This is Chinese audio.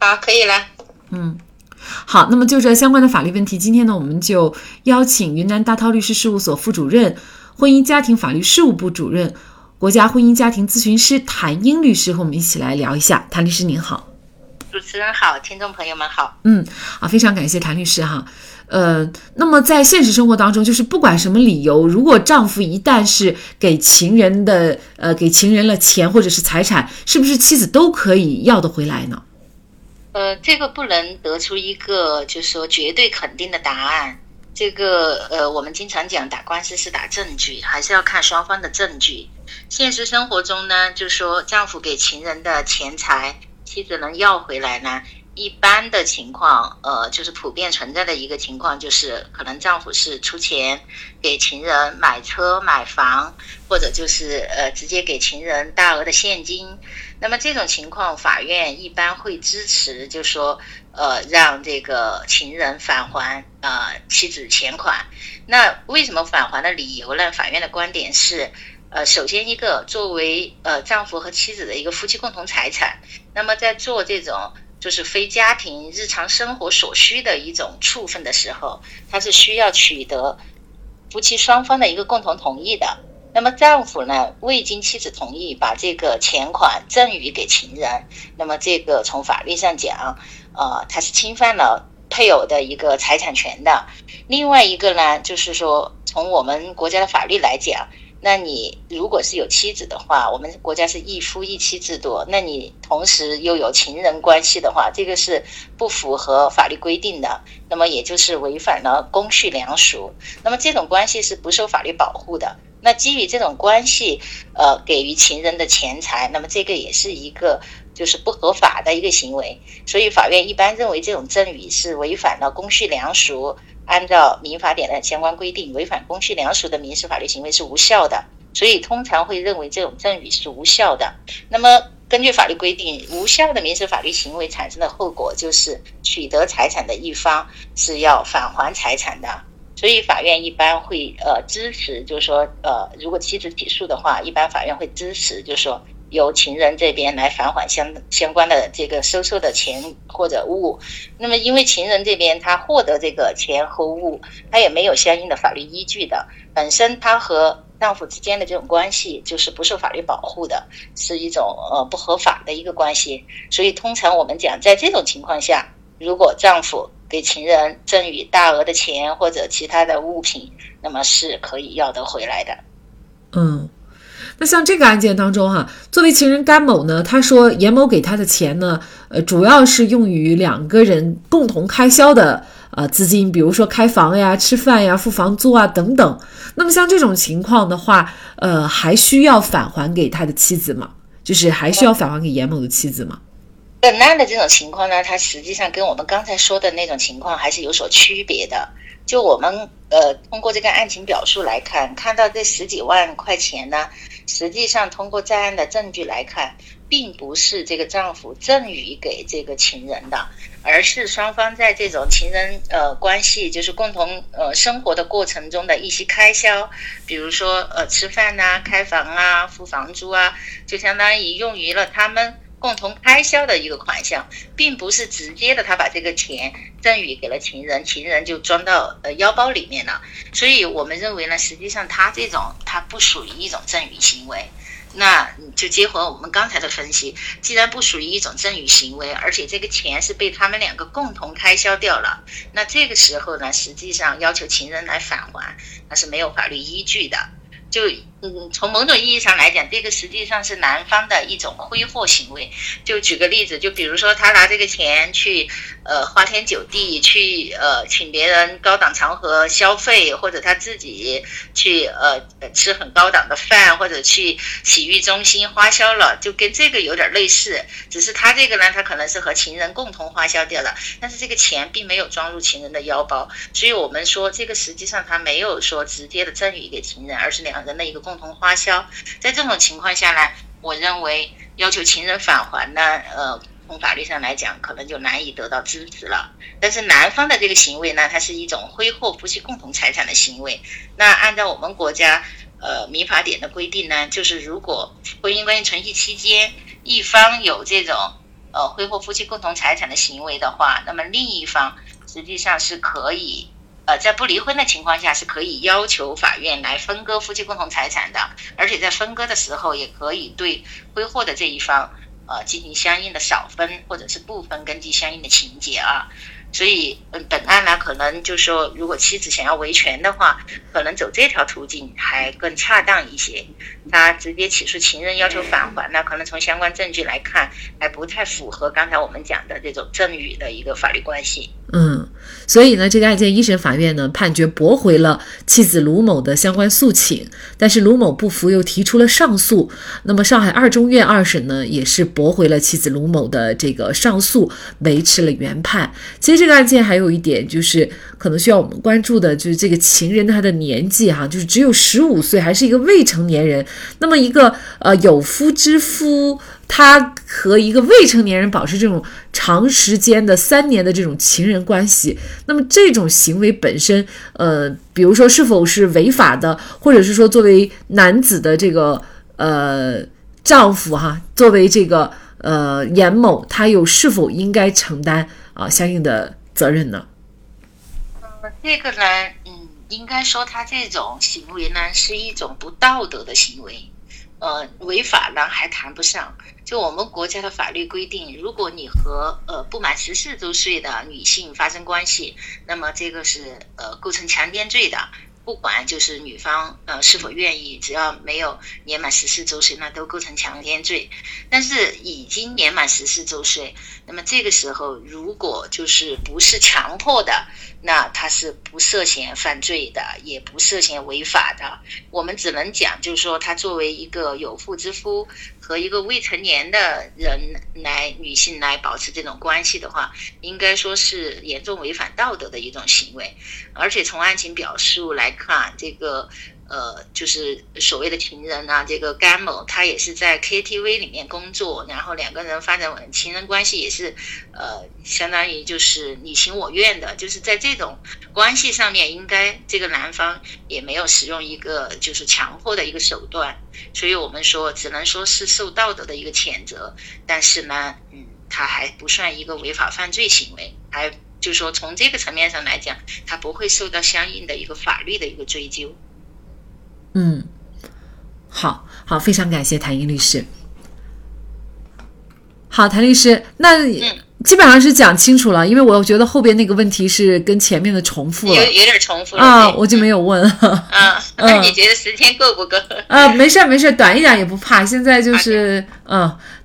好，可以了。 好，那么就这相关的法律问题，今天呢，我们就邀请云南大韬律师事务所副主任、婚姻家庭法律事务部主任、国家婚姻家庭咨询师谭英律师和我们一起来聊一下。谭律师您好。 主持人好，听众朋友们好。 非常感谢谭律师哈。那么在现实生活当中，就是不管什么理由，如果丈夫一旦是给情人了钱或者是财产，是不是妻子都可以要得回来呢？ 这个不能得出一个就是说绝对肯定的答案。这个我们经常讲打官司是打证据，还是要看双方的证据。现实生活中呢，就是说丈夫给情人的钱财，妻子能要回来呢，一般的情况，就是普遍存在的一个情况，就是可能丈夫是出钱给情人买车买房，或者就是直接给情人大额的现金。那么这种情况，法院一般会支持，就是说让这个情人返还妻子钱款。那为什么返还的理由呢？法院的观点是首先一个，作为丈夫和妻子的一个夫妻共同财产，那么在做这种就是非家庭日常生活所需的一种处分的时候，它是需要取得夫妻双方的一个共同同意的。那么丈夫呢，未经妻子同意把这个钱款赠与给情人，那么这个从法律上讲他是侵犯了配偶的一个财产权的。另外一个呢，就是说从我们国家的法律来讲，那你如果是有妻子的话，我们国家是一夫一妻制度，那你同时又有情人关系的话，这个是不符合法律规定的，那么也就是违反了公序良俗，那么这种关系是不受法律保护的。那基于这种关系给予情人的钱财，那么这个也是一个就是不合法的一个行为，所以法院一般认为这种赠与是违反了公序良俗，按照民法典的相关规定，违反公序良俗的民事法律行为是无效的，所以通常会认为这种赠与是无效的。那么根据法律规定，无效的民事法律行为产生的后果就是取得财产的一方是要返还财产的。所以法院一般会支持，就是说如果妻子起诉的话，一般法院会支持，就是说由情人这边来返还相关的这个收受的钱或者物。那么因为情人这边他获得这个钱和物，他也没有相应的法律依据的，本身他和丈夫之间的这种关系就是不受法律保护的，是一种不合法的一个关系。所以通常我们讲，在这种情况下，如果丈夫给情人赠与大额的钱或者其他的物品，那么是可以要得回来的。 那像这个案件当中作为情人甘某呢，他说严某给他的钱呢，主要是用于两个人共同开销的资金，比如说开房呀、吃饭呀、付房租等等。那么像这种情况的话，还需要返还给他的妻子吗？就是还需要返还给严某的妻子吗？ 本案的这种情况呢，它实际上跟我们刚才说的那种情况还是有所区别的。就我们通过这个案情表述来看，看到这10几万块钱呢，实际上通过在案的证据来看，并不是这个丈夫赠与给这个情人的，而是双方在这种情人关系，就是共同生活的过程中的一些开销，比如说吃饭开房付房租就相当于用于了他们共同开销的一个款项，并不是直接的他把这个钱赠与给了情人，情人就装到腰包里面了。所以我们认为呢，实际上他不属于一种赠与行为。那就结合我们刚才的分析，既然不属于一种赠与行为，而且这个钱是被他们两个共同开销掉了，那这个时候呢，实际上要求情人来返还，那是没有法律依据的。就从某种意义上来讲，这个实际上是男方的一种挥霍行为。就举个例子，就比如说他拿这个钱去花天酒地，去请别人高档场合消费，或者他自己去吃很高档的饭，或者去洗浴中心花销了，就跟这个有点类似。只是他这个呢，他可能是和情人共同花销掉了，但是这个钱并没有装入情人的腰包，所以我们说这个实际上他没有说直接的赠与给情人，而是两人的一个共同花销。在这种情况下呢，我认为要求情人返还呢，从法律上来讲可能就难以得到支持了。但是男方的这个行为呢，它是一种挥霍夫妻共同财产的行为。那按照我们国家民法典的规定呢，就是如果婚姻关系存续期间一方有这种挥霍夫妻共同财产的行为的话，那么另一方实际上是可以在不离婚的情况下是可以要求法院来分割夫妻共同财产的，而且在分割的时候也可以对挥霍的这一方进行相应的少分或者是不分，根据相应的情节啊。所以本案呢，可能就是说，如果妻子想要维权的话，可能走这条途径还更恰当一些。他直接起诉情人要求返还，那可能从相关证据来看，还不太符合刚才我们讲的这种赠与的一个法律关系。 所以呢，这个案件一审法院呢判决驳回了妻子卢某的相关诉请，但是卢某不服，又提出了上诉。那么上海二中院二审呢，也是驳回了妻子卢某的这个上诉，维持了原判。其实这个案件还有一点就是可能需要我们关注的，就是这个情人他的年纪就是只有15岁，还是一个未成年人。那么一个有夫之夫，他和一个未成年人保持这种长时间的3年的这种情人关系，那么这种行为本身比如说是否是违法的，或者是说作为男子的这个丈夫作为这个严某，他又是否应该承担相应的责任呢？ 这个呢应该说他这种行为呢是一种不道德的行为，违法呢还谈不上。就我们国家的法律规定，如果你和不满14周岁的女性发生关系，那么这个是构成强奸罪的。不管就是女方是否愿意，只要没有年满14周岁，那都构成强奸罪。但是已经年满14周岁，那么这个时候如果就是不是强迫的，那他是不涉嫌犯罪的，也不涉嫌违法的。我们只能讲就是说，他作为一个有妇之夫和一个未成年的女性来保持这种关系的话，应该说是严重违反道德的一种行为。而且从案情表述来看，这个就是所谓的情人这个甘某他也是在 KTV 里面工作，然后两个人发展情人关系也是相当于就是你情我愿的，就是在这种关系上面，应该这个男方也没有使用一个就是强迫的一个手段，所以我们说只能说是受道德的一个谴责，但是呢他还不算一个违法犯罪行为，还就是说从这个层面上来讲，他不会受到相应的一个法律的一个追究。 好，非常感谢谭英律师。好，谭律师，那基本上是讲清楚了，因为我觉得后边那个问题是跟前面的重复了， 有点重复了我就没有问了。 那你觉得时间够不够？ 没事，短一点也不怕。现在就是